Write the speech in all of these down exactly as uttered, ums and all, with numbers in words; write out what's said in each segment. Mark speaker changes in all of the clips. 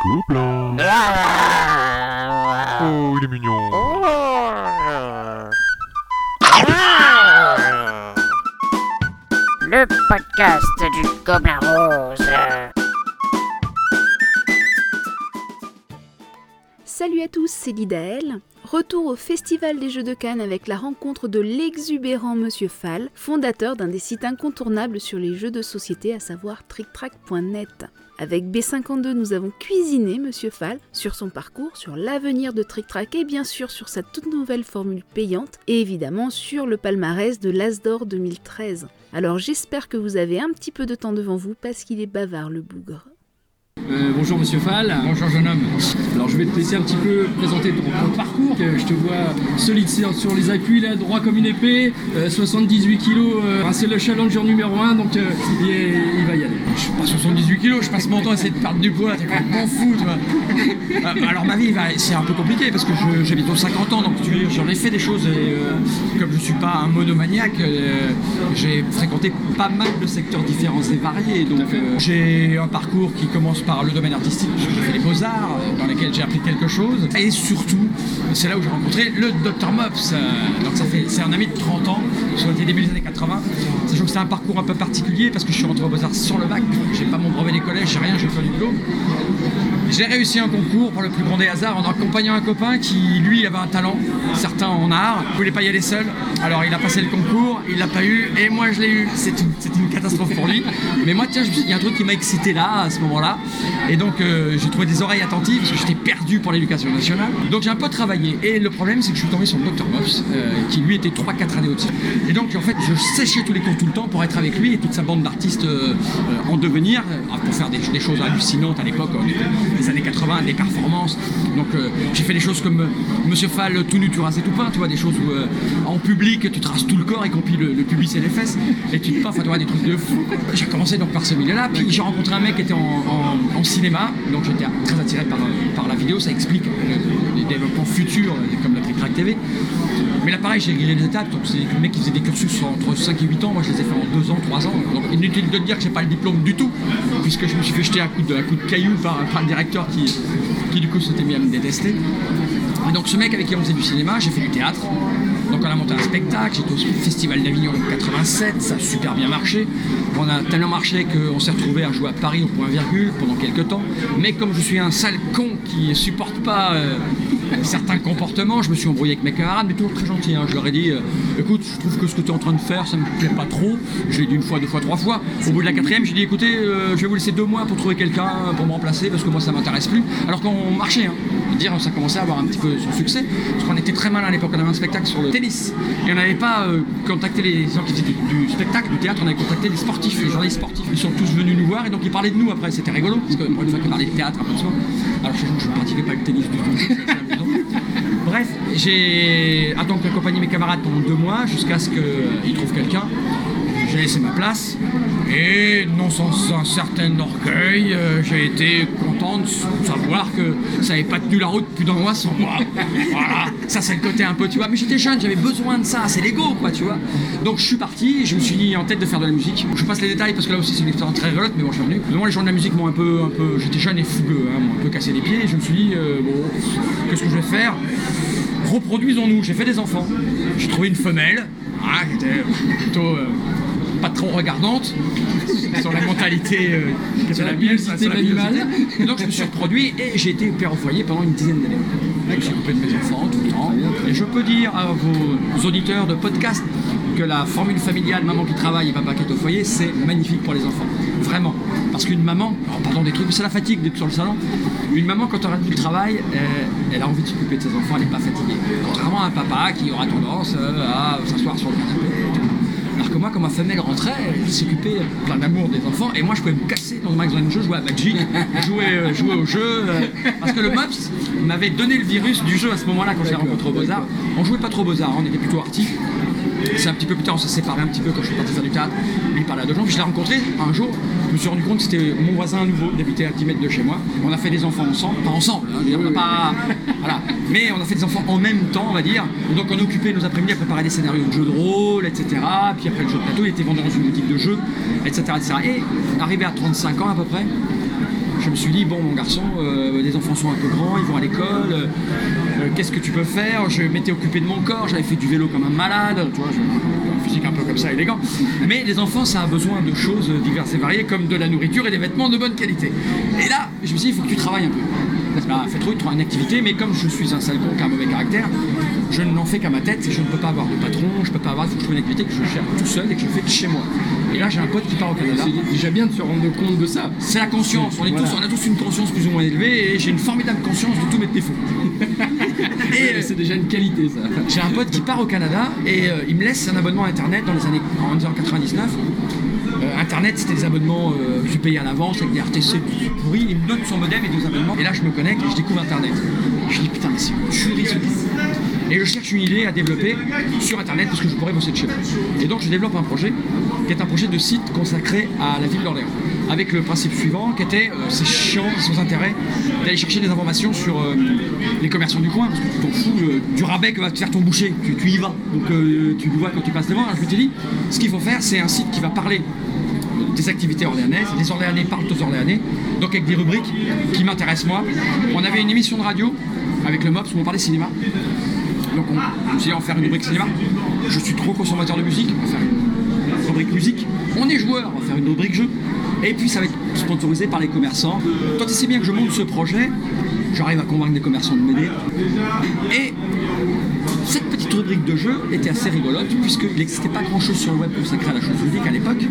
Speaker 1: Gobelin. Oh, il est mignon.
Speaker 2: Le podcast du Gobelin Rose.
Speaker 3: Salut à tous, c'est Lidaël. Retour au Festival des Jeux de Cannes avec la rencontre de l'exubérant Monsieur Fall, fondateur d'un des sites incontournables sur les jeux de société, à savoir trick track point net. Avec B cinquante-deux, nous avons cuisiné Monsieur Fall sur son parcours, sur l'avenir de Trick Track et bien sûr sur sa toute nouvelle formule payante et évidemment sur le palmarès de l'As d'Or deux mille treize. Alors j'espère que vous avez un petit peu de temps devant vous parce qu'il est bavard le bougre.
Speaker 4: Euh, bonjour Monsieur Fall.
Speaker 5: Bonjour jeune homme.
Speaker 4: Alors je vais te laisser un petit peu présenter ton, ton parcours. Que je te vois solide sur, sur les appuis, là, droit comme une épée, euh, soixante-dix-huit kilos, euh, c'est le challenger numéro un, donc euh, il, est, il va y aller.
Speaker 5: Je suis pas soixante-dix-huit kilos, je passe mon temps à essayer de perdre du poids, t'es complètement fou, tu vois. Euh, alors ma vie, bah, c'est un peu compliqué parce que je, j'ai bientôt cinquante ans, donc tu, j'en ai fait des choses et euh, comme je suis pas un monomaniaque, euh, j'ai fréquenté pas mal de secteurs différents et variés. Donc euh, j'ai un parcours qui commence par le domaine artistique, j'ai fait les beaux-arts dans lesquels j'ai appris quelque chose et surtout c'est là où j'ai rencontré le docteur Mops. Donc ça fait, c'est un ami de trente ans, sur le début des années quatre-vingts, sachant que c'est un parcours un peu particulier parce que je suis rentré aux beaux-arts sans le bac, j'ai pas mon brevet des collèges, j'ai rien, j'ai pas de diplôme. J'ai réussi un concours par le plus grand des hasards en accompagnant un copain qui, lui, avait un talent, certain en art, il voulait pas y aller seul, alors il a passé le concours, il l'a pas eu, et moi je l'ai eu. C'est une, c'est une catastrophe pour lui. Mais moi, tiens, il y a un truc qui m'a excité là, à ce moment-là, et donc euh, j'ai trouvé des oreilles attentives, parce que j'étais perdu pour l'éducation nationale. Donc j'ai un peu travaillé, et le problème, c'est que je suis tombé sur le docteur Mops, euh, qui lui était trois quatre années au-dessus. Et donc, en fait, je séchais tous les cours tout le temps pour être avec lui et toute sa bande d'artistes euh, en devenir, euh, pour faire des, des choses hallucinantes à l'époque, les années quatre-vingts, des performances. Donc euh, j'ai fait des choses comme euh, Monsieur Fall, tout nu, tu rases et tout peint, tu vois, des choses où euh, en public, tu traces tout le corps, y compris le, le pubis et les fesses, et tu te peins, enfin, tu vois, des trucs de fou. J'ai commencé donc par ce milieu-là, puis j'ai rencontré un mec qui était en, en, en cinéma, donc j'étais très attiré par, par la vidéo, ça explique le, les développements futurs, comme la Trick Track T V. Mais là, pareil, j'ai grillé les étapes, donc c'est des mecs qui faisaient des cursus entre cinq et huit ans, moi je les ai fait en deux ans, trois ans, donc inutile de dire que j'ai pas le diplôme du tout, puisque je me suis fait jeter un coup de, un coup de caillou par, par le directeur qui, qui du coup s'était mis à me détester. Et donc ce mec avec qui on faisait du cinéma, j'ai fait du théâtre, donc on a monté un spectacle, j'étais au Festival d'Avignon en quatre-vingt-sept, ça a super bien marché, on a tellement marché qu'on s'est retrouvé à jouer à Paris au point virgule pendant quelques temps, mais comme je suis un sale con qui supporte pas euh, certains comportements, je me suis embrouillé avec mes camarades, mais toujours très gentil, hein. Je leur ai dit, euh, écoute, je trouve que ce que tu es en train de faire, ça me plaît pas trop, je l'ai dit une fois, deux fois, trois fois, au bout de la quatrième, j'ai dit, écoutez, euh, je vais vous laisser deux mois pour trouver quelqu'un pour me remplacer, parce que moi ça m'intéresse plus, alors qu'on marchait, hein. Dire, ça commençait à avoir un petit peu son succès, parce qu'on était très malin à l'époque, on avait un spectacle sur le tennis, et on n'avait pas euh, contacté les gens qui faisaient du, du spectacle, du théâtre, on avait contacté les sportifs, les journalistes sportifs, ils sont tous venus nous voir, et donc ils parlaient de nous après, c'était rigolo, parce que pour une fois qu'ils parlaient de théâtre, un peu de soi, alors je ne pratiquais pas le tennis du tout. Bref, j'ai donc accompagné mes camarades pendant deux mois jusqu'à ce qu'ils trouvent quelqu'un. J'ai laissé ma place et non sans un certain orgueil, euh, j'ai été content de savoir que ça n'avait pas tenu la route plus d'un mois sans moi. Voilà, ça c'est le côté un peu, tu vois. Mais j'étais jeune, j'avais besoin de ça, c'est l'ego, quoi, tu vois. Donc je suis parti, je me suis mis en tête de faire de la musique. Je passe les détails parce que là aussi c'est une expérience très rigolote, mais bon, je suis revenu. Moi, les gens de la musique m'ont un peu, un peu, j'étais jeune et fougueux, hein, m'ont un peu cassé les pieds. Et je me suis dit, euh, bon, qu'est-ce que je vais faire? Reproduisons-nous. J'ai fait des enfants. J'ai trouvé une femelle, hein, qui était plutôt euh, pas trop regardante sur la mentalité euh, que
Speaker 4: Sur la
Speaker 5: mienne,
Speaker 4: biodiversité
Speaker 5: sur la
Speaker 4: animale.
Speaker 5: biodiversité. Donc je me suis reproduit et j'ai été père au foyer pendant une dizaine d'années. Je me suis occupé de mes enfants tout le temps. Et je peux dire à vos auditeurs de podcast que la formule familiale maman qui travaille et papa qui est au foyer, c'est magnifique pour les enfants. Vraiment. Parce qu'une maman, oh, pardon des trucs, mais c'est la fatigue d'être sur le salon. Une maman, quand elle rentre du travail, euh, elle a envie de s'occuper de ses enfants, elle n'est pas fatiguée. Contrairement à un papa qui aura tendance euh, à s'asseoir sur le canapé. Alors que moi, quand ma femelle rentrait, elle s'occupait plein d'amour des enfants, et moi je pouvais me casser dans le magasin de jeu, jouer à Magic, jouer, euh, jouer au jeu, euh, parce que le Mops m'avait donné le virus du jeu à ce moment-là quand j'ai rencontré aux Beaux-Arts. On jouait pas trop aux Beaux-Arts, on était plutôt arty. C'est un petit peu plus tard, on s'est séparés un petit peu quand je suis parti faire du théâtre. Lui il parlait à deux gens, puis je l'ai rencontré un jour, je me suis rendu compte que c'était mon voisin nouveau, il habitait à dix mètres de chez moi. On a fait des enfants ensemble, pas ensemble, hein, on n'a pas... Voilà. Mais on a fait des enfants en même temps, on va dire. Et donc on occupait nos après-midi à préparer des scénarios de jeux de rôle, et cetera. Puis après le jeu de plateau, il était vendu dans une boutique de jeux, et cetera et cetera. Et arrivé à trente-cinq ans à peu près, je me suis dit, bon mon garçon, euh, les enfants sont un peu grands, ils vont à l'école, euh, euh, qu'est-ce que tu peux faire? Je m'étais occupé de mon corps, j'avais fait du vélo comme un malade, tu vois, je, un physique un peu comme ça, élégant. Mais les enfants, ça a besoin de choses diverses et variées, comme de la nourriture et des vêtements de bonne qualité. Et là, je me suis dit, il faut que tu travailles un peu. Bah, fais trouver une activité, mais comme je suis un sale con qui a un mauvais caractère, je n'en fais qu'à ma tête, je ne peux pas avoir de patron, je ne peux pas avoir, il faut que je trouve une activité que je gère tout seul et que je fais chez moi. Et là j'ai un pote qui part au Canada.
Speaker 4: C'est déjà bien de se rendre compte de ça.
Speaker 5: C'est la conscience, on, est
Speaker 4: voilà.
Speaker 5: tous, on a tous une conscience plus ou moins élevée et j'ai une formidable conscience de tous mes défauts.
Speaker 4: Et euh, c'est déjà une qualité ça.
Speaker 5: J'ai un pote qui part au Canada et euh, il me laisse un abonnement internet dans les années en quatre-vingt-dix-neuf. Euh, Internet, c'était des abonnements euh, que tu payais à l'avance avec des R T C pourris. Il me donne son modem et deux abonnements. Et là, je me connecte et je découvre Internet. Je dis putain, mais c'est une tuerie ce truc. Et je cherche une idée à développer sur Internet parce que je pourrais bosser de chez moi. Et donc, je développe un projet qui est un projet de site consacré à la ville d'Orléans. Avec le principe suivant qui était, euh, c'est chiant, sans intérêt, d'aller chercher des informations sur euh, les commerçants du coin. Parce que tu t'en fous euh, du rabais que va te faire ton boucher. Tu, tu y vas. Donc, euh, tu le vois quand tu passes devant. Alors, je me suis dit, ce qu'il faut faire, c'est un site qui va parler des activités orléanaises, les Orléanais parlent aux Orléanais, donc avec des rubriques qui m'intéressent moi. On avait une émission de radio avec le M O P S où on parlait cinéma, donc on, je me suis dit on va faire une rubrique cinéma. Je suis trop consommateur de musique, on va faire une rubrique musique. On est joueur, on va faire une rubrique jeu. Et puis ça va être sponsorisé par les commerçants. Quand il sait bien que je monte ce projet, j'arrive à convaincre des commerçants de m'aider. Et cette petite rubrique de jeu était assez rigolote puisqu'il n'existait pas grand chose sur le web consacré à la chose ludique à l'époque.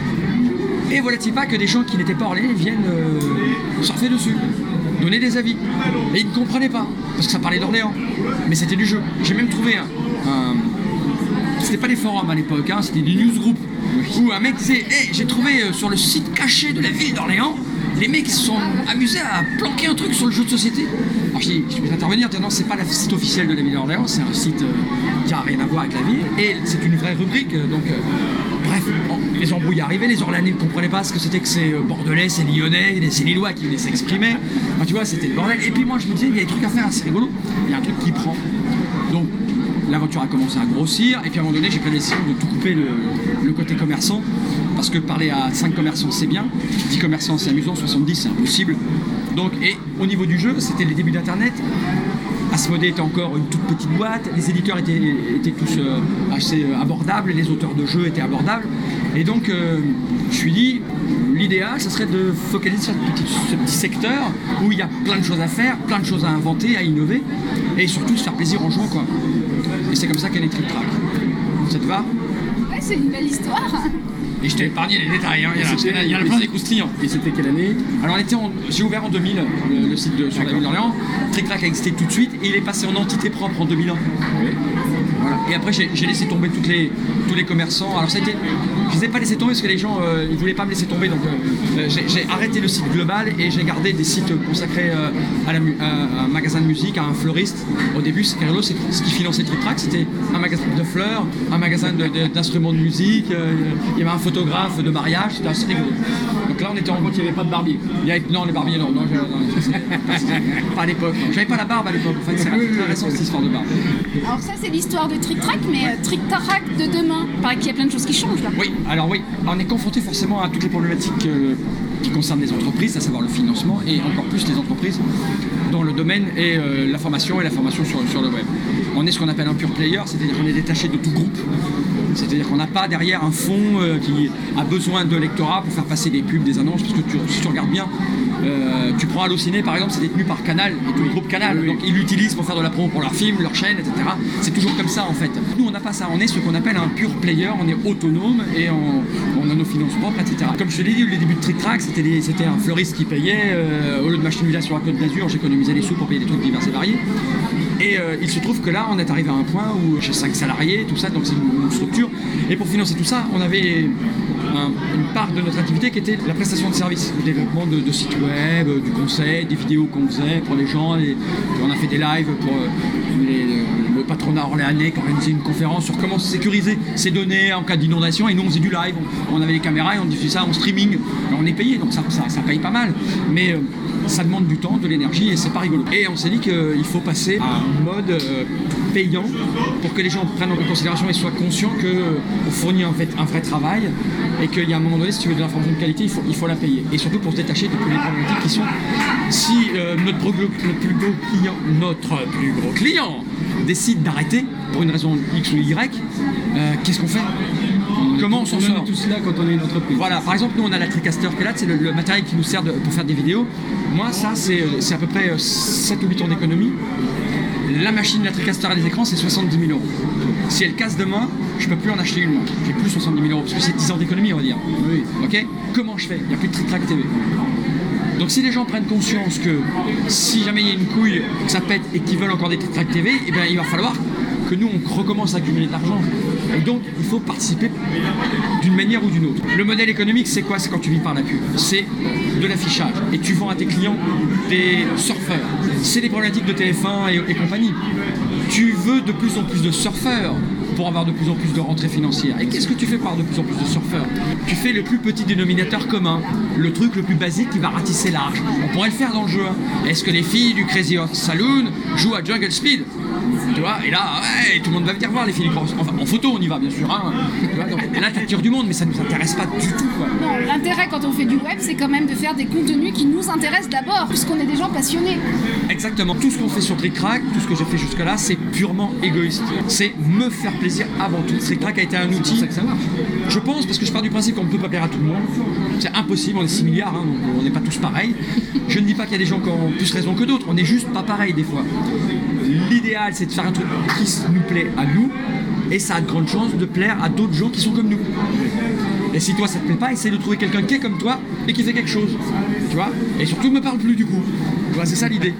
Speaker 5: Et voilà-t-il pas que des gens qui n'étaient pas orléanais viennent euh, surfer dessus, donner des avis. Et ils ne comprenaient pas, parce que ça parlait d'Orléans. Mais c'était du jeu. J'ai même trouvé un... un... C'était pas des forums à l'époque, hein, c'était des newsgroups. Où un mec disait hey, j'ai trouvé euh, sur le site caché de la ville d'Orléans, les mecs se sont amusés à planquer un truc sur le jeu de société. Alors je dis, je vais intervenir, non, c'est pas le site officiel de la ville d'Orléans, c'est un site euh, qui a rien à voir avec la ville. Et c'est une vraie rubrique, donc... Euh, Bref, bon, les embrouilles arrivaient, les Orléanais ne comprenaient pas ce que c'était que ces Bordelais, ces Lyonnais, ces Lillois qui venaient s'exprimer. Enfin, tu vois, c'était le bordel. Et puis moi, je me disais, il y a des trucs à faire assez rigolos. Il y a un truc qui prend. Donc, l'aventure a commencé à grossir. Et puis à un moment donné, j'ai pris la décision de tout couper le, le côté commerçant. Parce que parler à cinq commerçants, c'est bien. dix commerçants, c'est amusant. soixante-dix, c'est impossible. Donc, et au niveau du jeu, c'était les débuts d'Internet. Asmodée était encore une toute petite boîte, les éditeurs étaient, étaient tous euh, assez euh, abordables, les auteurs de jeux étaient abordables. Et donc, euh, je me suis dit, l'idéal, ce serait de focaliser sur ce petit, ce petit secteur où il y a plein de choses à faire, plein de choses à inventer, à innover, et surtout se faire plaisir en jouant, quoi. Et c'est comme ça qu'est né Trick Track. Ça te va?
Speaker 3: Ouais, c'est une belle histoire.
Speaker 5: Et je t'ai épargné les détails, hein. il y en a, il y en a, il y en a plein des croustillants.
Speaker 4: Et c'était quelle année?
Speaker 5: Alors on était en, j'ai ouvert en deux mille le, le site de, sur la ville d'Orléans. Trick Track a existé tout de suite et il est passé en entité propre en deux mille un. Oui. Voilà. Et après j'ai, j'ai laissé tomber toutes les, tous les commerçants. Alors ça a été, je les ai pas laissé tomber parce que les gens euh, ils voulaient pas me laisser tomber, donc euh, j'ai, j'ai arrêté le site global et j'ai gardé des sites consacrés euh, à, la, à un magasin de musique, à un fleuriste. Au début c'était rigolo, c'est ce qui finançait Trick Track, c'était un magasin de fleurs, un magasin de, de, d'instruments de musique, euh, il y avait un photographe de mariage, c'était assez rigolo. Donc là on était en
Speaker 4: Quand il n'y avait pas de barbier.
Speaker 5: Il y avait, non, les barbiers non, non, je, non c'est, c'est, pas à l'époque. Non. J'avais pas la barbe à l'époque. En fait, c'est intéressant cette histoire de barbe.
Speaker 3: Alors ça c'est l'histoire de Trick Track, mais euh, Trick Track de demain. Il paraît qu'il y a plein de choses qui changent là.
Speaker 5: Oui, alors oui, on est confronté forcément à toutes les problématiques euh, qui concernent les entreprises, à savoir le financement et encore plus les entreprises dont le domaine est euh, la formation et la formation sur, sur le web. On est ce qu'on appelle un pure player, c'est-à-dire qu'on est détaché de tout groupe. C'est-à-dire qu'on n'a pas derrière un fonds euh, qui a besoin de lectorat pour faire passer des pubs, des annonces, parce que tu, si tu regardes bien, euh, tu prends Allociné par exemple, c'est détenu par Canal, et tout le groupe Canal, oui. Donc ils l'utilisent pour faire de la promo pour leurs films, leurs chaînes, et cetera. C'est toujours comme ça en fait. Nous on n'a pas ça, on est ce qu'on appelle un pure player, on est autonome et on, on a nos finances propres, et cetera. Comme je te l'ai dit, les débuts de Trick Track, c'était, des, c'était un fleuriste qui payait, euh, au lieu de m'acheter une villa sur la Côte d'Azur, j'économisais les sous pour payer des trucs divers et variés. Et euh, il se trouve que là, on est arrivé à un point où j'ai cinq salariés, tout ça, donc c'est une, une structure. Et pour financer tout ça, on avait un, une part de notre activité qui était la prestation de services, le développement de, de sites web, du conseil, des vidéos qu'on faisait pour les gens. Et on a fait des lives pour euh, les, le patronat orléanais qui organisait une conférence sur comment sécuriser ces données en cas d'inondation, et nous on faisait du live, on, on avait les caméras et on diffusait ça en streaming. Alors, on est payé, donc ça, ça, ça paye pas mal, mais euh, ça demande du temps, de l'énergie, et c'est pas rigolo. Et on s'est dit qu'il faut passer à un mode euh, payant pour que les gens prennent en considération et soient conscients qu'on euh, fournit en fait un vrai travail, et qu'il y a un moment donné, si tu veux de l'information de qualité, il faut, il faut la payer. Et surtout pour se détacher de tous les problématiques qui sont, si euh, notre, notre plus gros client, notre plus gros client décide d'arrêter pour une raison X ou Y, euh, qu'est-ce qu'on fait? Comment on s'en sort?
Speaker 4: On est tous là quand on est une entreprise.
Speaker 5: Voilà, par exemple, nous on a la TriCaster qui est là, c'est le, le matériel qui nous sert de, pour faire des vidéos. Moi, ça, c'est à peu près sept ou huit ans d'économie. La machine, la TriCaster et les écrans, c'est soixante-dix mille euros. Si elle casse demain, je peux plus en acheter une. J'ai plus soixante-dix mille euros, parce que c'est dix ans d'économie, on va dire.
Speaker 4: Oui.
Speaker 5: Ok? Comment je fais? Il n'y a plus de TriCrac T V. Donc si les gens prennent conscience que si jamais il y a une couille, que ça pète et qu'ils veulent encore des TriCrac T V, eh bien, il va falloir que nous on recommence à accumuler de l'argent. Et donc il faut participer d'une manière ou d'une autre. Le modèle économique, c'est quoi? C'est quand tu vis par la pub. C'est de l'affichage. Et tu vends à tes clients des surfeurs. C'est des problématiques de T F un et, et compagnie. Tu veux de plus en plus de surfeurs pour avoir de plus en plus de rentrées financières. Et qu'est-ce que tu fais pour avoir de plus en plus de surfeurs? Tu fais le plus petit dénominateur commun, le truc le plus basique qui va ratisser large. On pourrait le faire dans le jeu. Hein. Est-ce que les filles du Crazy Horse Saloon jouent à Jungle Speed? Tu vois, et là, ouais, tout le monde va venir voir les filles du Crazy Horse. Enfin, en photo, on y va, bien sûr. Hein. Tu vois, donc, là, t'attires du monde, mais ça ne nous intéresse pas du tout. Quoi.
Speaker 3: Non, l'intérêt quand on fait du web, c'est quand même de faire des contenus qui nous intéressent d'abord, puisqu'on est des gens passionnés.
Speaker 5: Exactement. Tout ce qu'on fait sur TriCrac, tout ce que j'ai fait jusque-là, c'est purement égoïste. C'est me faire plaisir avant tout. TriCrac a été un outil.
Speaker 4: C'est pour ça que ça marche.
Speaker 5: Je pense, parce que je pars du principe qu'on ne peut pas plaire à tout le monde. C'est impossible, on est six milliards, hein, donc on n'est pas tous pareils. Je ne dis pas qu'il y a des gens qui ont plus raison que d'autres, on n'est juste pas pareils des fois. L'idéal, c'est de faire un truc qui nous plaît à nous, et ça a de grandes chances de plaire à d'autres gens qui sont comme nous. Et si toi ça te plaît pas, essaye de trouver quelqu'un qui est comme toi et qui fait quelque chose. Tu vois? Et surtout ne me parle plus du coup. Tu vois, c'est ça l'idée.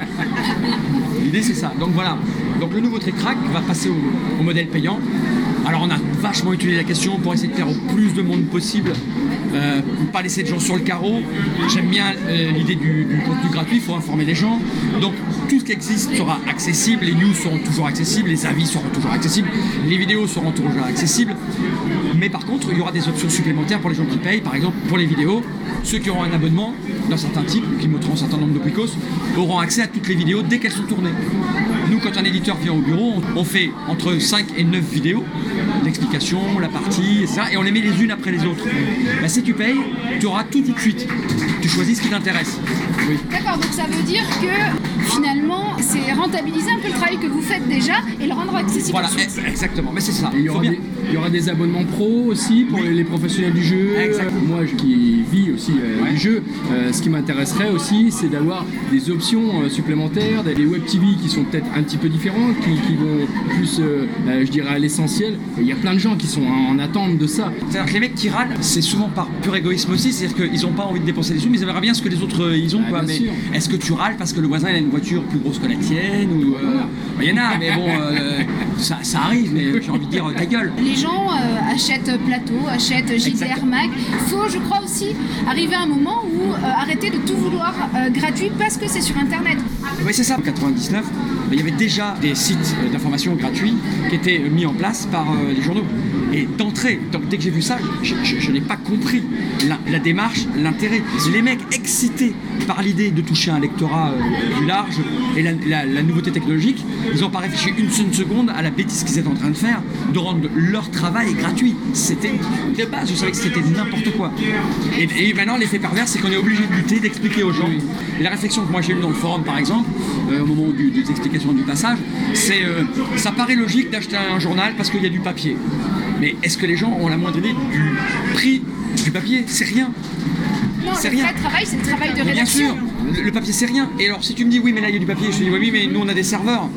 Speaker 5: L'idée c'est ça. Donc voilà. Donc le nouveau TriCrac va passer au, au modèle payant. Alors on a vachement étudié la question pour essayer de faire au plus de monde possible, euh, pas laisser de gens sur le carreau. J'aime bien euh, l'idée du, du contenu gratuit, il faut informer les gens. Donc tout ce qui existe sera accessible, les news seront toujours accessibles, les avis seront toujours accessibles, les vidéos seront toujours accessibles. Mais par contre, il y aura des options supplémentaires pour les gens qui payent. Par exemple, pour les vidéos, ceux qui auront un abonnement d'un certain type, qui mettront un certain nombre de quicos, auront accès à toutes les vidéos dès qu'elles sont tournées. Nous, quand un éditeur vient au bureau, on fait entre cinq et neuf vidéos d'explication, la partie, et cetera, et on les met les unes après les autres. Bah, si tu payes, tu auras tout tout de suite. Tu choisis ce qui t'intéresse. Oui.
Speaker 3: D'accord, donc ça veut dire que finalement, c'est rentabiliser un peu le travail que vous faites déjà et le rendre accessible.
Speaker 5: Voilà,
Speaker 3: tout de suite.
Speaker 5: exactement. Mais c'est ça.
Speaker 4: Et il y aura
Speaker 5: Faut bien.
Speaker 4: des, il y aura des abonnements pro aussi pour les, les professionnels du jeu.
Speaker 5: Exactement.
Speaker 4: Moi je- qui vis aussi euh,
Speaker 5: Ouais.
Speaker 4: du jeu, euh, ce qui m'intéresserait aussi, c'est d'avoir des options euh, supplémentaires, des, des web T V qui sont peut-être un petit peu différentes, qui, qui vont plus, euh, euh, je dirais, à l'essentiel. Et il y a plein de gens qui sont en, en attente de ça.
Speaker 5: C'est-à-dire que les mecs qui râlent, c'est souvent par pur égoïsme aussi, c'est-à-dire qu'ils n'ont pas envie de dépenser des sous, mais ils aimeraient bien ce que les autres euh, ils ont.
Speaker 4: Ah,
Speaker 5: Quoi.
Speaker 4: bien
Speaker 5: Mais
Speaker 4: sûr.
Speaker 5: est-ce que tu râles parce que le voisin il a une voiture plus grosse que la tienne ou euh, bah, y en a, mais bon, euh, ça, ça arrive, mais j'ai envie de dire ta gueule.
Speaker 3: Les gens euh, achètent Plateau, achètent J D R
Speaker 5: Exactement.
Speaker 3: Mag. Il faut, je crois aussi, arriver à un moment où euh, arrêter de tout vouloir euh, gratuit parce que c'est sur Internet.
Speaker 5: Oui, c'est ça. En quatre-vingt-dix-neuf, il y avait déjà des sites euh, d'information gratuits qui étaient euh, mis en place par euh, les journaux. Et d'entrée, donc dès que j'ai vu ça, je, je- je n'ai pas compris la, la démarche, l'intérêt. Les mecs excités par l'idée de toucher un lectorat euh, plus large et la, la- la nouveauté technologique, ils n'ont pas réfléchi une seule seconde à la bêtise qu'ils étaient en train de faire, de rendre leur travail gratuit. C'était de base, je savais que c'était n'importe quoi. Et, et maintenant, l'effet pervers, c'est qu'on est obligé de lutter, d'expliquer aux gens. Et la réflexion que moi j'ai eue dans le forum, par exemple, euh, au moment du- des explications du passage, c'est euh, ça paraît logique d'acheter un journal parce qu'il y a du papier. Mais est-ce que les gens ont la moindre idée du prix du papier? C'est rien.
Speaker 3: Non,
Speaker 5: C'est
Speaker 3: le
Speaker 5: rien.
Speaker 3: vrai travail, c'est le travail de
Speaker 5: Bien
Speaker 3: rédaction.
Speaker 5: sûr, le, le papier c'est rien. Et alors si tu me dis oui mais là il y a du papier, je te dis oui mais nous on a des serveurs.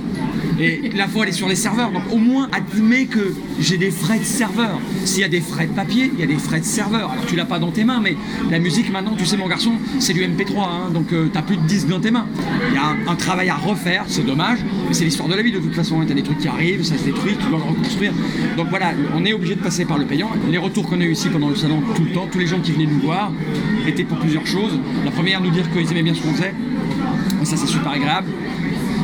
Speaker 5: Et l'info elle est sur les serveurs, donc au moins admets que j'ai des frais de serveur. S'il y a des frais de papier, il y a des frais de serveur. Alors tu l'as pas dans tes mains, mais la musique maintenant, tu sais mon garçon, c'est du M P trois, hein, donc euh, t'as plus de disques dans tes mains. Il y a un, un travail à refaire, c'est dommage, mais c'est l'histoire de la vie de toute façon. T'as des trucs qui arrivent, ça se détruit, tu dois le reconstruire. Donc voilà, on est obligé de passer par le payant. Les retours qu'on a eu ici pendant le salon tout le temps, tous les gens qui venaient nous voir, étaient pour plusieurs choses. La première, nous dire qu'ils aimaient bien ce qu'on faisait. Et ça c'est super agréable.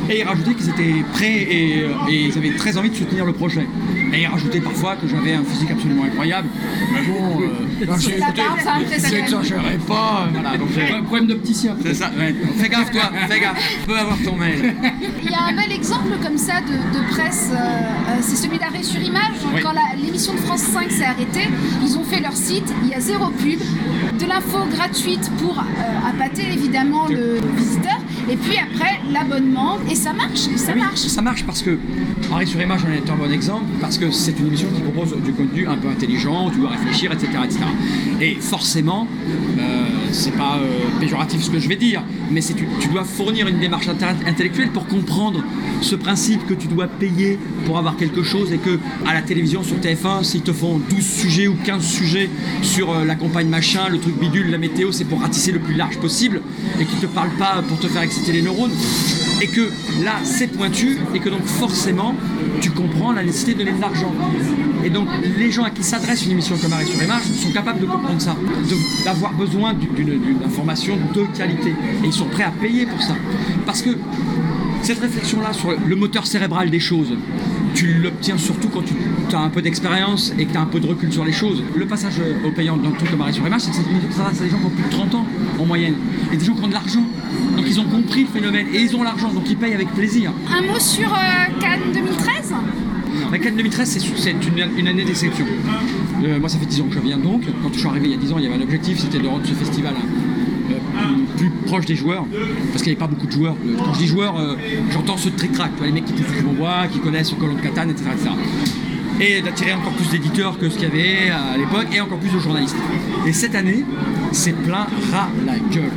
Speaker 5: Et ils rajoutaient qu'ils étaient prêts et, et ils avaient très envie de soutenir le projet. Et ils rajoutaient parfois que j'avais un physique absolument incroyable. Mais bon, euh, non, j'ai écouté, j'exagérais pas. Voilà, donc j'ai
Speaker 4: Un problème d'opticien.
Speaker 5: c'est ça, ouais. Fais gaffe toi, fais gaffe, tu peux avoir ton mail.
Speaker 3: Il y a un bel exemple comme ça de, de presse, euh, euh, c'est celui d'Arrêt sur Image.
Speaker 5: Oui.
Speaker 3: Quand la- l'émission de France cinq s'est arrêtée, ils ont fait leur site, il y a zéro pub, de l'info gratuite pour euh, appâter évidemment le, le visiteur, et puis après l'abonnement, et ça marche, ça
Speaker 5: Ah oui,
Speaker 3: marche.
Speaker 5: Ça marche parce que Arrêt sur Image en est un bon exemple, parce que c'est une émission qui propose du contenu un peu intelligent, où tu dois réfléchir, et cetera et cetera. Et forcément, euh, c'est pas euh, péjoratif ce que je vais dire, mais c'est, tu, tu dois fournir une démarche inter- intellectuelle pour comprendre ce principe que tu dois payer pour avoir quelque chose et que à la télévision sur T F un, s'ils te font douze sujets ou quinze sujets sur euh, la campagne machin, le truc bidule, la météo, c'est pour ratisser le plus large possible et qu'ils te parlent pas pour te faire exciter les neurones. Et que là, c'est pointu et que donc forcément, tu comprends la nécessité de donner de l'argent. Et donc, les gens à qui s'adresse une émission comme Arrêt sur Image sont capables de comprendre ça, de- d'avoir besoin d'une, d'une information de qualité. Et ils sont prêts à payer pour ça. Parce que cette réflexion-là sur le moteur cérébral des choses, tu l'obtiens surtout quand tu as un peu d'expérience et que tu as un peu de recul sur les choses. Le passage au payant dans le truc comme Arrêt sur Image, c'est que cette émission s'adresse à des gens qui ont plus de trente ans en moyenne. Et des gens qui ont de l'argent. Donc ils ont compris le phénomène et ils ont l'argent, donc ils payent avec plaisir.
Speaker 3: Un mot sur euh, Cannes deux mille treize.
Speaker 5: La Cannes deux mille treize, c'est, c'est une, une année d'exception. Euh, moi, ça fait dix ans que je viens donc. Quand je suis arrivé il y a dix ans, il y avait un objectif, c'était de rendre ce festival hein, euh, plus proche des joueurs, parce qu'il n'y avait pas beaucoup de joueurs. Euh, Quand je dis joueurs, euh, j'entends ceux de trick-track, tu vois, les mecs qui poussent du bois, qui connaissent le colon de Catane, et cetera, et cetera. Et d'attirer encore plus d'éditeurs que ce qu'il y avait à l'époque, et encore plus de journalistes. Et cette année, c'est plein ras la gueule.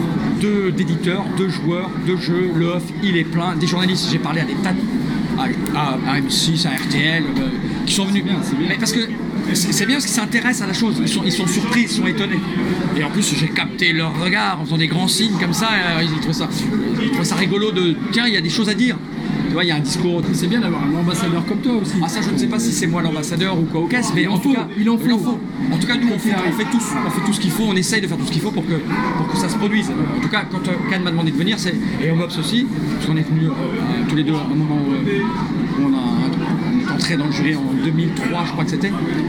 Speaker 5: De, d'éditeurs, de joueurs, de jeux, le off, il est plein. Des journalistes, j'ai parlé à des tas de... à, à- à M six, à R T L, euh, qui sont venus. Mais parce que c'est, c'est bien parce qu'ils s'intéressent à la chose, ils sont, ils sont surpris, ils sont étonnés. Et en plus, j'ai capté leur regard en faisant des grands signes comme ça, euh, ils trouvaient ça, ils trouvaient ça rigolo de... Tiens, il y a des choses à dire. Tu vois, il y a un discours...
Speaker 4: C'est bien d'avoir un ambassadeur comme toi aussi.
Speaker 5: Ah ça je ne sais pas si c'est moi l'ambassadeur ou quoi au caisse, mais
Speaker 4: Il en
Speaker 5: en tout
Speaker 4: faut,
Speaker 5: cas
Speaker 4: il en faut.
Speaker 5: En tout cas nous on fait, on fait tout, on fait tout ce qu'il faut, on essaye de faire tout ce qu'il faut pour que, pour que ça se produise. En tout cas quand euh, Cannes m'a demandé de venir, c'est, et Omops aussi, parce qu'on est venus euh, tous les deux à un moment où, euh, où on, a, on est entré dans le jury en deux mille trois je crois que c'était.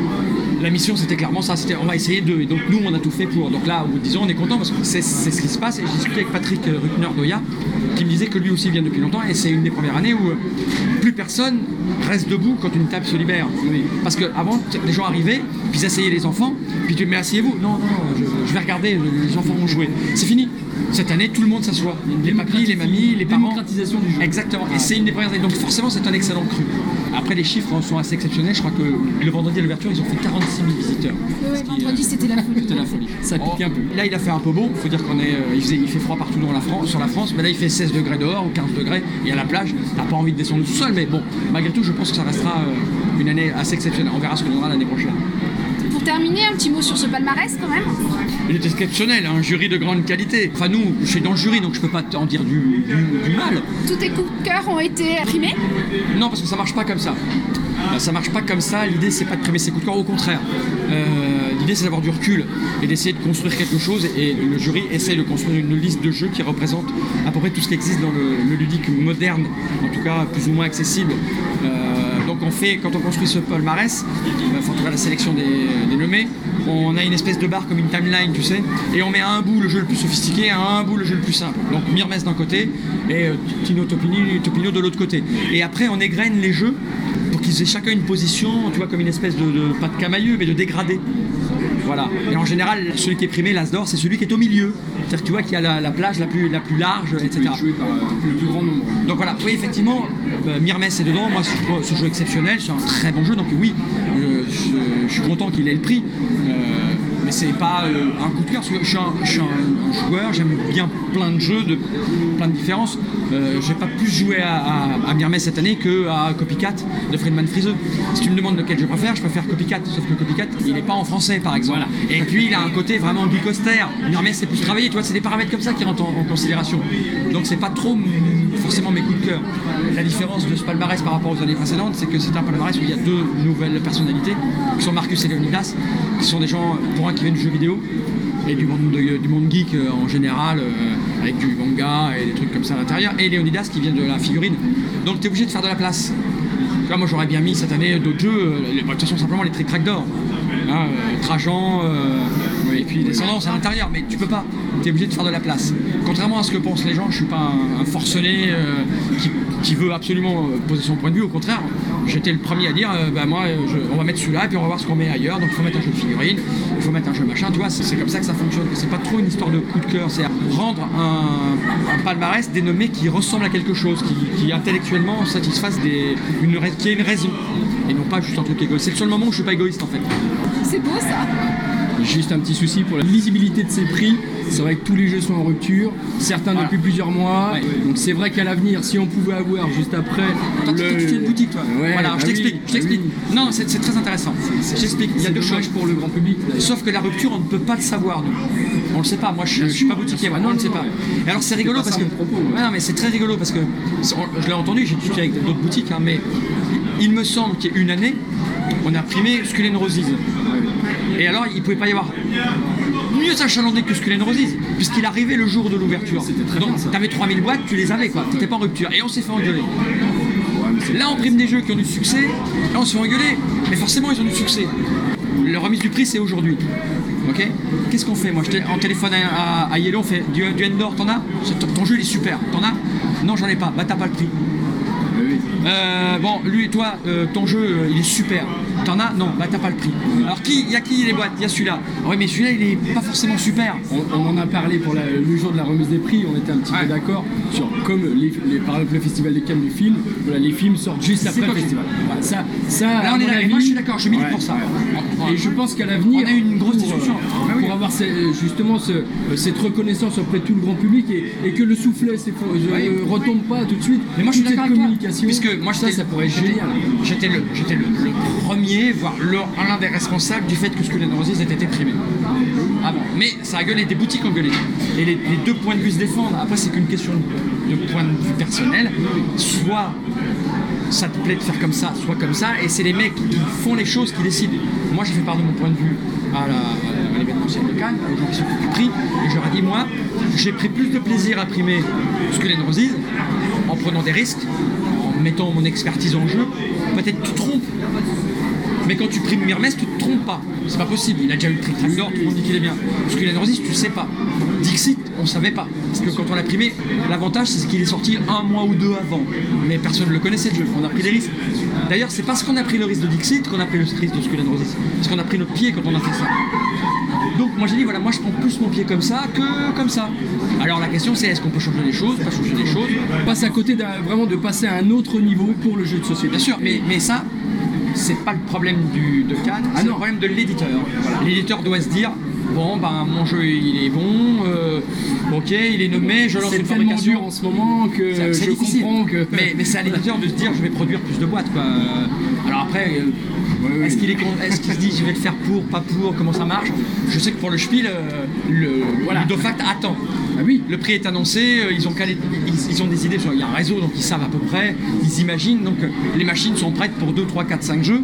Speaker 5: La mission c'était clairement ça, c'était on va essayer de, et donc nous on a tout fait pour. Donc là, disons on est content parce que c'est, c'est ce qui se passe et j'ai discuté avec Patrick Ruckner d'Oya qui me disait que lui aussi vient depuis longtemps et c'est une des premières années où euh, plus personne reste debout quand une table se libère. Parce qu'avant, les gens arrivaient, puis ils asseyaient les enfants, puis tu dis mais asseyez-vous. Non, non, non, je, je vais regarder, les enfants vont jouer. C'est fini. Cette année, tout le monde s'assoit. Les papis, les mamies, les parents.
Speaker 4: Démocratisation du jeu.
Speaker 5: Exactement. Et c'est une des premières années. Donc forcément, c'est un excellent cru. Après, les chiffres sont assez exceptionnels. Je crois que le vendredi à l'ouverture, ils ont fait quarante-six mille visiteurs.
Speaker 3: Oui, vendredi c'était la folie.
Speaker 5: C'était la folie.
Speaker 4: Ça pique un peu.
Speaker 5: Là, il a fait un peu beau. Il faut dire qu'on est, euh, il, faisait- il fait froid partout dans la France, sur la France. Mais là, il fait seize degrés dehors ou quinze degrés. Et à la plage, t'as pas envie de descendre tout seul. Mais bon, malgré tout, je pense que ça restera euh, une année assez exceptionnelle. On verra ce que nous aura l'année prochaine.
Speaker 3: Pour terminer, un petit mot sur ce palmarès quand même.
Speaker 5: Il est exceptionnel, un jury de grande qualité. Enfin, nous, je suis dans le jury, donc je peux pas en dire du, du- du mal.
Speaker 3: Tous tes coups de cœur ont été primés.
Speaker 5: Non, parce que ça marche pas comme ça. Euh, Ça marche pas comme ça. L'idée, c'est pas de primer ses coups de cœur, au contraire. Euh, L'idée, c'est d'avoir du recul et d'essayer de construire quelque chose. Et le jury essaie de construire une liste de jeux qui représente à peu près tout ce qui existe dans le, le ludique moderne, en tout cas plus ou moins accessible. Euh, donc, on fait, quand on construit ce palmarès, euh, enfin, en tout cas la sélection des, des nommés, on a une espèce de barre comme une timeline, tu sais, et on met à un bout le jeu le plus sophistiqué, à un bout le jeu le plus simple. Donc Mirmes d'un côté et euh, Tino Topini, Topino de l'autre côté. Et après, on égrène les jeux pour qu'ils aient chacun une position, tu vois, comme une espèce de, de pas de camailleux, mais de dégradé. Voilà. Et en général, celui qui est primé, l'As d'or, c'est celui qui est au milieu. C'est-à-dire que tu vois qu'il y a la, la plage la plus, la plus large, et cetera.
Speaker 4: Joué par euh, le plus grand nombre.
Speaker 5: Donc voilà, oui, effectivement, euh, Mirmes est dedans. Moi, je trouve ce jeu exceptionnel, c'est un très bon jeu. Donc oui, euh, je, je suis content qu'il ait le prix. Euh, mais c'est pas euh, un coup de cœur. Parce que je suis, un, je suis un, un joueur, j'aime bien plein de jeux, de plein de différences. Euh, je vais pas plus jouer à, à, à Mirmes cette année qu'à Copycat de Friedman Friseux. Si tu me demandes lequel je préfère, je préfère Copycat. Sauf que Copycat, il n'est pas en français, par exemple.
Speaker 4: Voilà.
Speaker 5: Et puis, il a un côté vraiment geek austère. Mirmes, c'est plus travaillé. Tu vois, c'est des paramètres comme ça qui rentrent en, en considération. Donc, c'est pas trop mm, forcément mes coups de cœur. La différence de ce palmarès par rapport aux années précédentes, c'est que c'est un palmarès où il y a deux nouvelles personnalités, qui sont Marcus et Leonidas, qui sont des gens, pour un qui viennent du jeu vidéo, et du monde, de- du monde geek euh, en général, euh, avec du manga et des trucs comme ça à l'intérieur, et Léonidas qui vient de la figurine. Donc tu es obligé de faire de la place. Tu vois, moi j'aurais bien mis cette année d'autres jeux, euh, les- de toute façon simplement les Trick Track d'or. Hein, euh, Trajan, euh, et puis Descendance à l'intérieur, mais tu peux pas, tu es obligé de faire de la place. Contrairement à ce que pensent les gens, je suis pas un, un forcené euh, qui, qui veut absolument euh, poser son point de vue, au contraire, j'étais le premier à dire, euh, bah moi euh, je- on va mettre celui-là et puis on va voir ce qu'on met ailleurs, donc il faut mettre un jeu de figurines, il faut mettre un jeu machin, tu vois, c'est c'est comme ça que ça fonctionne, c'est pas trop une histoire de coup de cœur, c'est rendre un, un palmarès dénommé qui ressemble à quelque chose, qui, qui intellectuellement satisfasse des, une, rais- qui ait une raison, et non pas juste un truc égoïste. C'est le seul moment où je suis pas égoïste en fait.
Speaker 3: C'est beau ça.
Speaker 4: Juste un petit souci pour la lisibilité de ces prix. C'est vrai que tous les jeux sont en rupture, certains
Speaker 5: Voilà.
Speaker 4: depuis plusieurs mois.
Speaker 5: Ouais.
Speaker 4: Donc c'est vrai qu'à l'avenir, si on pouvait avoir juste après.
Speaker 5: Toi, tu tu es une boutique, toi.
Speaker 4: Ouais,
Speaker 5: voilà,
Speaker 4: bah
Speaker 5: je t'explique.
Speaker 4: oui,
Speaker 5: je t'explique.
Speaker 4: bah oui.
Speaker 5: Non, c'est c'est très intéressant. Je t'explique. Il y a
Speaker 4: C'est
Speaker 5: deux
Speaker 4: dommage
Speaker 5: choses.
Speaker 4: pour le grand public. d'ailleurs.
Speaker 5: Sauf que la rupture, on ne peut pas le savoir, nous. On le sait pas. Moi, je,
Speaker 4: Bien
Speaker 5: je suis pas
Speaker 4: sûr,
Speaker 5: boutiquier.
Speaker 4: bien
Speaker 5: Moi,
Speaker 4: sûr.
Speaker 5: on ne
Speaker 4: Non,
Speaker 5: sait
Speaker 4: non,
Speaker 5: pas.
Speaker 4: non.
Speaker 5: Et alors, c'est rigolo
Speaker 4: C'est pas
Speaker 5: parce
Speaker 4: ça
Speaker 5: que.
Speaker 4: mon propos, ouais.
Speaker 5: Ouais, non, mais c'est très rigolo parce que c'est- on- je l'ai entendu. J'ai discuté avec d'autres boutiques, hein, mais il me semble qu'il y a une année, on a imprimé Skull and Roses. Et alors, il pouvait pas y avoir mieux achalandé que Skull and Roses, puisqu'il arrivait le jour de l'ouverture.
Speaker 4: C'était très
Speaker 5: Donc,
Speaker 4: bien, ça.
Speaker 5: t'avais trois mille boîtes, tu les avais, quoi. T'étais pas en rupture. Et on s'est fait engueuler. Là, on prime des jeux qui ont du succès, là, on se fait engueuler, mais forcément, ils ont du succès. La remise du prix, c'est aujourd'hui. Ok. Qu'est-ce qu'on fait? Moi, je t'ai- en téléphone à, à, à Yellow, on fait du, du Endor, t'en as? C'est- ton, ton jeu, il est super, t'en as? Non, j'en ai pas. Bah, t'as pas le prix.
Speaker 4: Oui.
Speaker 5: Euh, bon, lui et toi, euh, ton jeu, euh, il est super. T'en as? Non, bah t'as pas le prix. Alors qui, y a qui les boîtes? Il y a celui-là. Ah ouais, mais celui-là, il est pas forcément super.
Speaker 4: On, on en a parlé pour la- le jour de la remise des prix, on était un petit
Speaker 5: Ouais.
Speaker 4: peu d'accord sur comme les, les- par exemple le festival de Cannes du film, voilà, les films sortent juste
Speaker 5: C'est
Speaker 4: après
Speaker 5: pas
Speaker 4: le
Speaker 5: tout.
Speaker 4: festival. Voilà, ça, ça,
Speaker 5: Là,
Speaker 4: à
Speaker 5: on est
Speaker 4: mon
Speaker 5: là, et
Speaker 4: avis-
Speaker 5: moi, je suis d'accord, je milite
Speaker 4: Ouais,
Speaker 5: pour ça.
Speaker 4: ouais. Et je pense qu'à l'avenir,
Speaker 5: On a eu une grosse
Speaker 4: pour,
Speaker 5: discussion.
Speaker 4: euh,
Speaker 5: Ah oui.
Speaker 4: pour avoir ce- justement ce- cette reconnaissance auprès de tout le grand public et, et que le soufflet ne
Speaker 5: Oui.
Speaker 4: retombe pas tout de suite.
Speaker 5: Mais moi, je suis
Speaker 4: toute cette
Speaker 5: d'accord avec toi.
Speaker 4: communication,
Speaker 5: Puisque moi,
Speaker 4: ça,
Speaker 5: j'étais-
Speaker 4: ça pourrait être
Speaker 5: j'étais-
Speaker 4: génial.
Speaker 5: J'étais le, j'étais le, le premier, voire le- l'un des responsables du fait que Skull and Roses ait été primé. Ah bon. Mais ça a gueulé, des boutiques ont gueulé. Et les, les deux points de vue se défendent. Après, c'est qu'une question de point de vue personnel. Soit ça te plaît de faire comme ça, soit comme ça, et c'est les mecs qui font les choses qui décident. Moi, j'ai fait part de mon point de vue à la- à l'événementiel de Cannes, aux gens qui s'occupent du prix, et je leur ai dit, moi, j'ai pris plus de plaisir à primer Skull and Roses en prenant des risques, en mettant mon expertise en jeu. Peut-être tu te trompes, mais quand tu primes Mirmès, tu te trompes pas. C'est pas possible. Il a déjà eu le Trick Track d'or, tout le monde dit qu'il est bien. Skull and Roses, tu sais pas. Dixit, on savait pas. Parce que quand on l'a primé, l'avantage c'est qu'il est sorti un mois ou deux avant. Mais personne ne le connaissait le jeu. On a pris des risques. D'ailleurs, c'est parce qu'on a pris le risque de Dixit qu'on a pris le risque de Skull and Roses. Parce qu'on a pris notre pied quand on a fait ça. Donc moi j'ai dit voilà, moi je prends plus mon pied comme ça que comme ça. Alors la question c'est est-ce qu'on peut changer les choses, pas changer les choses.
Speaker 4: On passe à côté d'un- vraiment de passer à un autre niveau pour le jeu de société.
Speaker 5: Bien sûr, mais, mais ça, c'est pas le problème du, de Cannes,
Speaker 4: Ah
Speaker 5: c'est le
Speaker 4: non.
Speaker 5: problème de l'éditeur. L'éditeur doit se dire, bon, ben mon jeu il est bon, euh, ok, il est nommé, je lance
Speaker 4: C'est
Speaker 5: une
Speaker 4: tellement
Speaker 5: fabrication.
Speaker 4: dur en ce moment que
Speaker 5: C'est- c'est
Speaker 4: je
Speaker 5: difficile.
Speaker 4: comprends que...
Speaker 5: Mais, mais c'est à l'éditeur de se dire, je vais produire plus de boîtes, quoi. Euh, Alors après, euh,
Speaker 4: oui.
Speaker 5: est-ce qu'il est, con- est-ce qu'il se dit, je vais le faire pour, pas pour, comment ça marche? Je sais que pour le Spiel, euh, le,
Speaker 4: Voilà.
Speaker 5: le Ludofact attend.
Speaker 4: Ah oui.
Speaker 5: Le prix est annoncé, euh, ils ont, calé- ils, ils ont des idées, sur- il y a un réseau donc ils savent à peu près, ils imaginent, donc euh, les machines sont prêtes pour deux, trois, quatre, cinq jeux.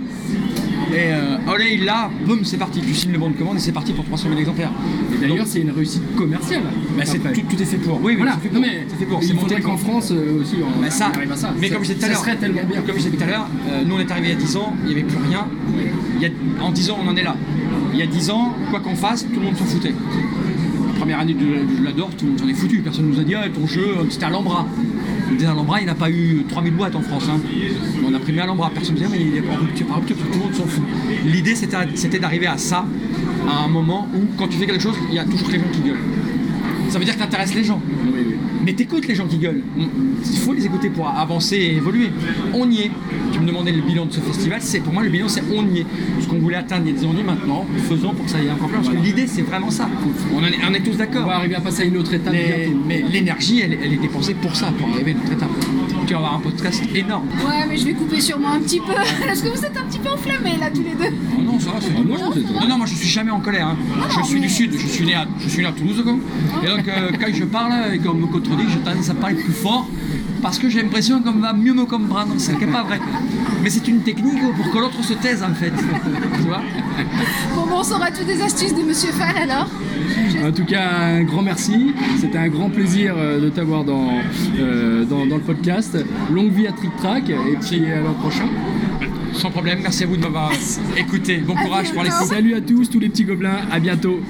Speaker 5: Et euh, olé, il l'a, boum, c'est parti, tu signes le bon de commande et c'est parti pour trois cent mille exemplaires.
Speaker 4: Et d'ailleurs, c'est une réussite commerciale.
Speaker 5: Bah, c'est-
Speaker 4: Après.
Speaker 5: tout, tout est fait pour. Oui, oui,
Speaker 4: Voilà,
Speaker 5: c'est fait
Speaker 4: non
Speaker 5: pour.
Speaker 4: mais
Speaker 5: C'est fait pour.
Speaker 4: il
Speaker 5: C'est monté
Speaker 4: faudrait
Speaker 5: pour.
Speaker 4: qu'en France euh, aussi on,
Speaker 5: Bah, ça,
Speaker 4: on arrive à ça.
Speaker 5: mais
Speaker 4: Ça-
Speaker 5: comme je disais tout à
Speaker 4: ça
Speaker 5: l'heure,
Speaker 4: serait tellement bien.
Speaker 5: comme je disais tout à l'heure, euh, nous on est arrivé il y a dix ans, il n'y avait plus rien. Il y a, en dix ans, on en est là. Il y a dix ans, quoi qu'on fasse, tout le monde s'en foutait. La première année de, de l'Adore, tout le monde s'en est foutu. Personne ne nous a dit, ah, ton jeu, c'était à l'Ambra. Le Alhambra, il n'a pas eu trois mille boîtes en France. Hein. On a primé Alhambra. Personne ne disait, mais il est en rupture, par rupture, tout le monde s'en fout. L'idée, c'était, c'était d'arriver à ça, à un moment où, quand tu fais quelque chose, il y a toujours les gens qui gueulent. Ça veut dire que tu intéresses les gens.
Speaker 4: Oui, oui.
Speaker 5: Mais t'écoutes les gens qui gueulent. Il faut les écouter pour avancer et évoluer. On y est. Tu me demandais le bilan de ce festival. C'est, pour moi, le bilan, c'est on y est. Ce qu'on voulait atteindre il y a des années maintenant, faisons pour que ça aille encore plus. Parce que l'idée, c'est vraiment ça. On, en est, on est tous
Speaker 4: On
Speaker 5: d'accord.
Speaker 4: va arriver à passer à une autre étape
Speaker 5: Les-
Speaker 4: bientôt.
Speaker 5: mais l'énergie, elle, elle est dépensée pour ça, pour arriver à notre étape. Tu vas avoir un podcast énorme.
Speaker 3: Ouais, mais je vais couper sûrement un petit peu. Parce que vous êtes un petit peu enflammés là tous les deux.
Speaker 5: Oh non, ça va, c'est
Speaker 4: Ah non, c'est
Speaker 5: non, non, moi je suis jamais en colère. hein. Je suis du sud, je suis né à, je suis né à Toulouse. Quoi. Et donc euh, quand je parle et qu'on me contredit, j'ai tendance à parler plus fort parce que j'ai l'impression qu'on va mieux me comprendre, ce qui n'est pas vrai. Mais c'est une technique pour que l'autre se taise en fait. Tu vois?
Speaker 3: Bon, bon, on saura toutes les astuces de Monsieur Fall alors.
Speaker 4: En tout cas, un grand merci. C'était un grand plaisir euh, de t'avoir dans, euh, dans, dans le podcast. Longue vie à Trick Track et puis à l'an prochain.
Speaker 5: Sans problème, merci à vous de m'avoir écouté. Bon courage pour les coups.
Speaker 4: Salut à tous, tous les petits gobelins. À bientôt.